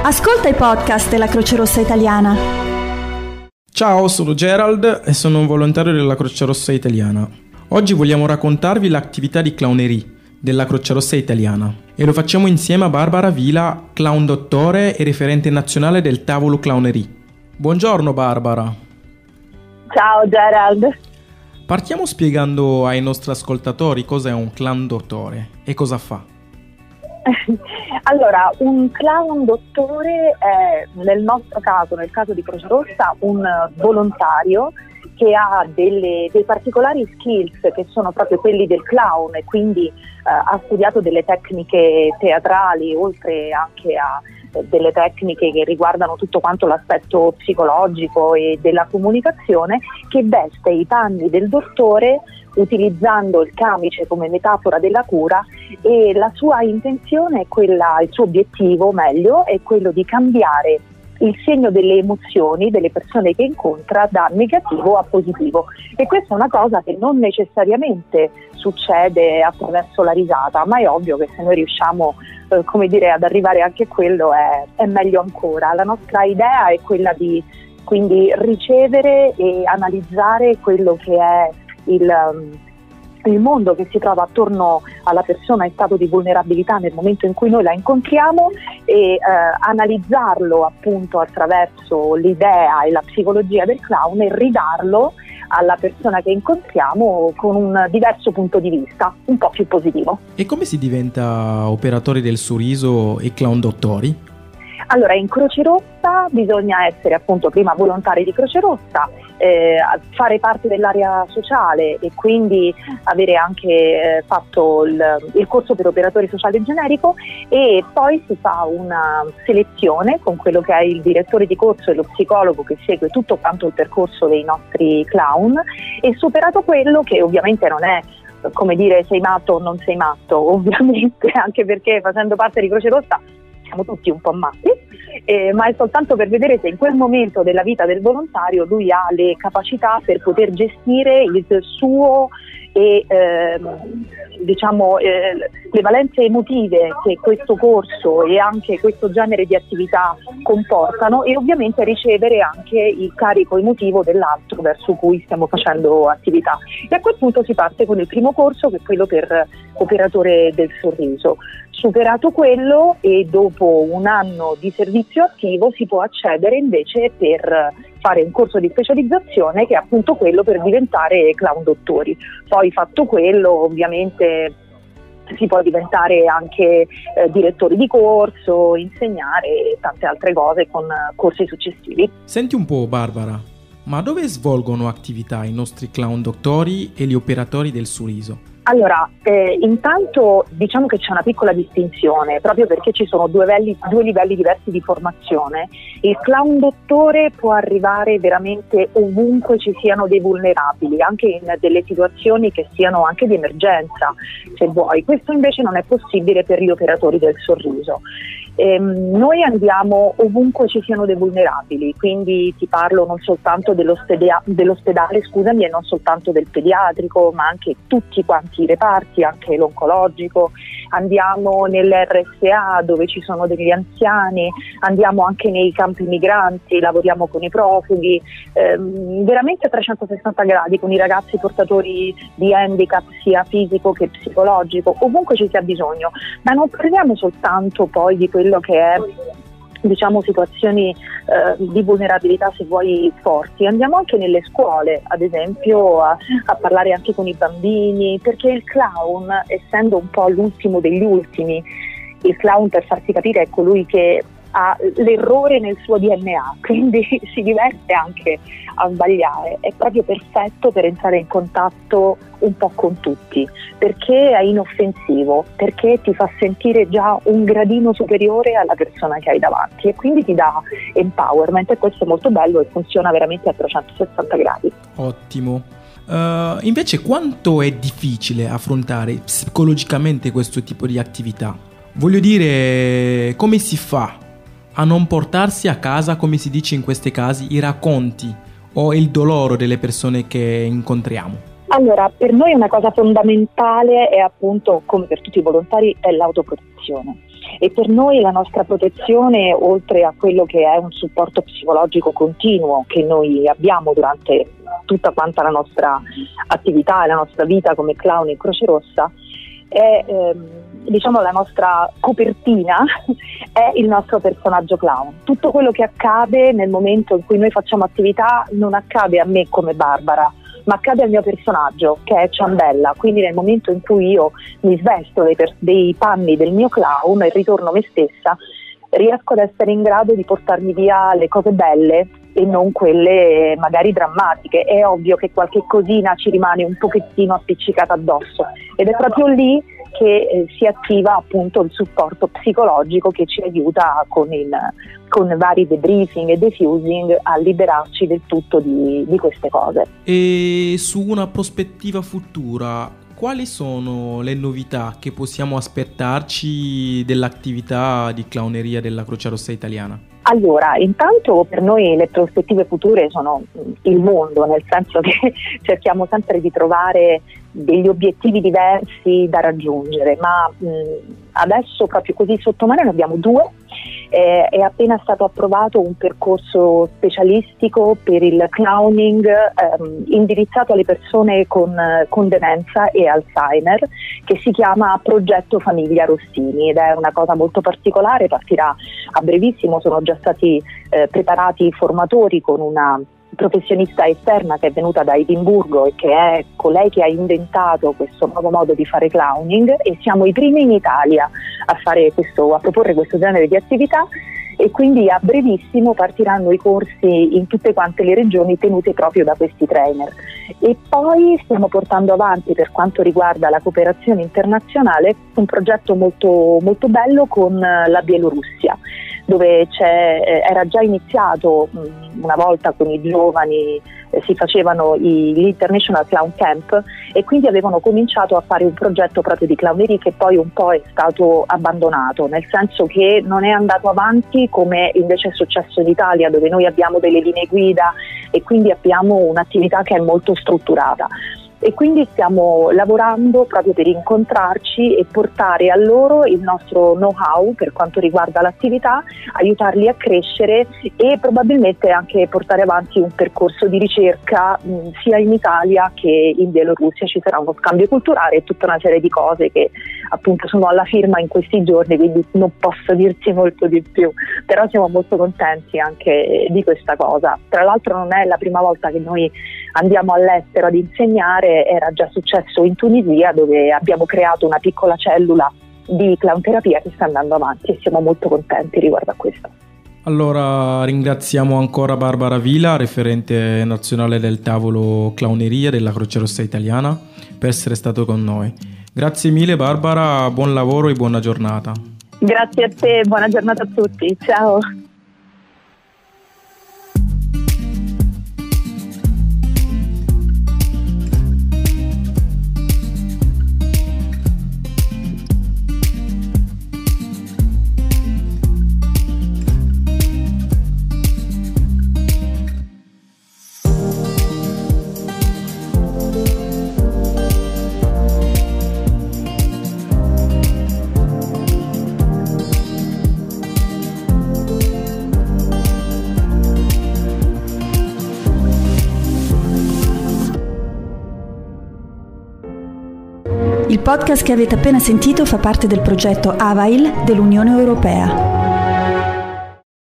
Ascolta i podcast della Croce Rossa Italiana. Ciao, sono Gerald e sono un volontario della Croce Rossa Italiana. Oggi vogliamo raccontarvi l'attività di clownerie della Croce Rossa Italiana e lo facciamo insieme a Barbara Vila, clown dottore e referente nazionale del tavolo clownerie. Buongiorno Barbara. Ciao Gerald. Partiamo spiegando ai nostri ascoltatori cosa è un clown dottore e cosa fa. Allora, un clown dottore è, nel nostro caso, nel caso di Croce Rossa, un volontario che ha dei particolari skills che sono proprio quelli del clown e quindi ha studiato delle tecniche teatrali, oltre anche a delle tecniche che riguardano tutto quanto l'aspetto psicologico e della comunicazione, che veste i panni del dottore utilizzando il camice come metafora della cura, e la sua intenzione è quella, il suo obiettivo meglio, è quello di cambiare il segno delle emozioni delle persone che incontra da negativo a positivo, e questa è una cosa che non necessariamente succede attraverso la risata, ma è ovvio che se noi riusciamo ad arrivare anche a quello è meglio ancora. La nostra idea è quella di quindi ricevere e analizzare quello che è il mondo che si trova attorno alla persona in stato di vulnerabilità nel momento in cui noi la incontriamo e analizzarlo appunto attraverso l'idea e la psicologia del clown e ridarlo alla persona che incontriamo con un diverso punto di vista, un po' più positivo. E come si diventa operatori del sorriso e clown dottori? Allora, in Croce Rossa bisogna essere appunto prima volontari di Croce Rossa, fare parte dell'area sociale e quindi avere anche fatto il corso per operatore sociale generico, e poi si fa una selezione con quello che è il direttore di corso e lo psicologo che segue tutto quanto il percorso dei nostri clown, e superato quello, che ovviamente non è come dire sei matto o non sei matto, ovviamente, anche perché facendo parte di Croce Rossa siamo tutti un po' matti, ma è soltanto per vedere se in quel momento della vita del volontario lui ha le capacità per poter gestire il suo e le valenze emotive che questo corso e anche questo genere di attività comportano, e ovviamente ricevere anche il carico emotivo dell'altro verso cui stiamo facendo attività. E a quel punto si parte con il primo corso, che è quello per operatore del sorriso. Superato quello e dopo un anno di servizio attivo si può accedere invece per fare un corso di specializzazione, che è appunto quello per diventare clown dottori. Poi fatto quello ovviamente si può diventare anche direttori di corso, insegnare e tante altre cose con corsi successivi. Senti un po' Barbara, ma dove svolgono attività i nostri clown dottori e gli operatori del sorriso? Allora, intanto diciamo che c'è una piccola distinzione, proprio perché ci sono due livelli diversi di formazione. Il clown dottore può arrivare veramente ovunque ci siano dei vulnerabili, anche in delle situazioni che siano anche di emergenza, se vuoi. Questo invece non è possibile per gli operatori del sorriso. Noi andiamo ovunque ci siano dei vulnerabili, quindi ti parlo non soltanto dell'ospedale, scusami, e non soltanto del pediatrico, ma anche tutti quanti i reparti, anche l'oncologico. Andiamo nell'RSA dove ci sono degli anziani, andiamo anche nei campi migranti, lavoriamo con i profughi, veramente a 360 gradi con i ragazzi portatori di handicap sia fisico che psicologico, ovunque ci sia bisogno. Ma non parliamo soltanto poi di quello che è situazioni di vulnerabilità, se vuoi, forti. Andiamo anche nelle scuole, ad esempio, a parlare anche con i bambini, perché il clown, essendo un po' l'ultimo degli ultimi, il clown, per farsi capire, è colui che ha l'errore nel suo DNA, quindi si diverte anche a sbagliare. È proprio perfetto per entrare in contatto un po' con tutti, perché è inoffensivo, perché ti fa sentire già un gradino superiore alla persona che hai davanti e quindi ti dà empowerment, e questo è molto bello e funziona veramente a 360 gradi. Ottimo. Invece quanto è difficile affrontare psicologicamente questo tipo di attività? Voglio dire, come si fa a non portarsi a casa, come si dice in questi casi, i racconti o il dolore delle persone che incontriamo? Allora, per noi una cosa fondamentale è appunto, come per tutti i volontari, è l'autoprotezione. e per noi la nostra protezione, oltre a quello che è un supporto psicologico continuo che noi abbiamo durante tutta quanta la nostra attività e la nostra vita come clown in Croce Rossa, è diciamo la nostra copertina è il nostro personaggio clown. Tutto quello che accade nel momento in cui noi facciamo attività non accade a me come Barbara, ma accade al mio personaggio, che è Ciambella. Quindi nel momento in cui io mi svesto dei panni del mio clown e ritorno me stessa, riesco ad essere in grado di portarmi via le cose belle e non quelle magari drammatiche. È ovvio che qualche cosina ci rimane un pochettino appiccicata addosso, ed è proprio lì che si attiva appunto il supporto psicologico che ci aiuta con vari debriefing e defusing a liberarci del tutto di queste cose. E su una prospettiva futura, quali sono le novità che possiamo aspettarci dell'attività di clowneria della Croce Rossa Italiana? Allora, intanto per noi le prospettive future sono il mondo, nel senso che cerchiamo sempre di trovare degli obiettivi diversi da raggiungere, ma adesso proprio così sotto mano ne abbiamo due. È appena stato approvato un percorso specialistico per il clowning indirizzato alle persone con demenza e Alzheimer, che si chiama Progetto Famiglia Rossini, ed è una cosa molto particolare, partirà a brevissimo. Sono già stati preparati i formatori con una professionista esterna che è venuta da Edimburgo e che è colei che ha inventato questo nuovo modo di fare clowning, e siamo i primi in Italia a proporre questo genere di attività, e quindi a brevissimo partiranno i corsi in tutte quante le regioni tenute proprio da questi trainer. E poi stiamo portando avanti, per quanto riguarda la cooperazione internazionale, un progetto molto, molto bello con la Bielorussia, dove era già iniziato una volta con i giovani, si facevano gli International Clown Camp, e quindi avevano cominciato a fare un progetto proprio di clowneria che poi un po' è stato abbandonato, nel senso che non è andato avanti come invece è successo in Italia, dove noi abbiamo delle linee guida e quindi abbiamo un'attività che è molto strutturata. E quindi stiamo lavorando proprio per incontrarci e portare a loro il nostro know-how per quanto riguarda l'attività, aiutarli a crescere e probabilmente anche portare avanti un percorso di ricerca sia in Italia che in Bielorussia. Ci sarà uno scambio culturale e tutta una serie di cose che appunto sono alla firma in questi giorni, quindi non posso dirci molto di più, però siamo molto contenti anche di questa cosa. Tra l'altro non è la prima volta che noi andiamo all'estero ad insegnare, era già successo in Tunisia, dove abbiamo creato una piccola cellula di clown terapia che sta andando avanti, e siamo molto contenti riguardo a questo. Allora ringraziamo ancora Barbara Vila, referente nazionale del tavolo clowneria della Croce Rossa Italiana, per essere stato con noi. Grazie mille Barbara, buon lavoro e buona giornata. Grazie a te, buona giornata a tutti, ciao. Il podcast che avete appena sentito fa parte del progetto AVAIL dell'Unione Europea.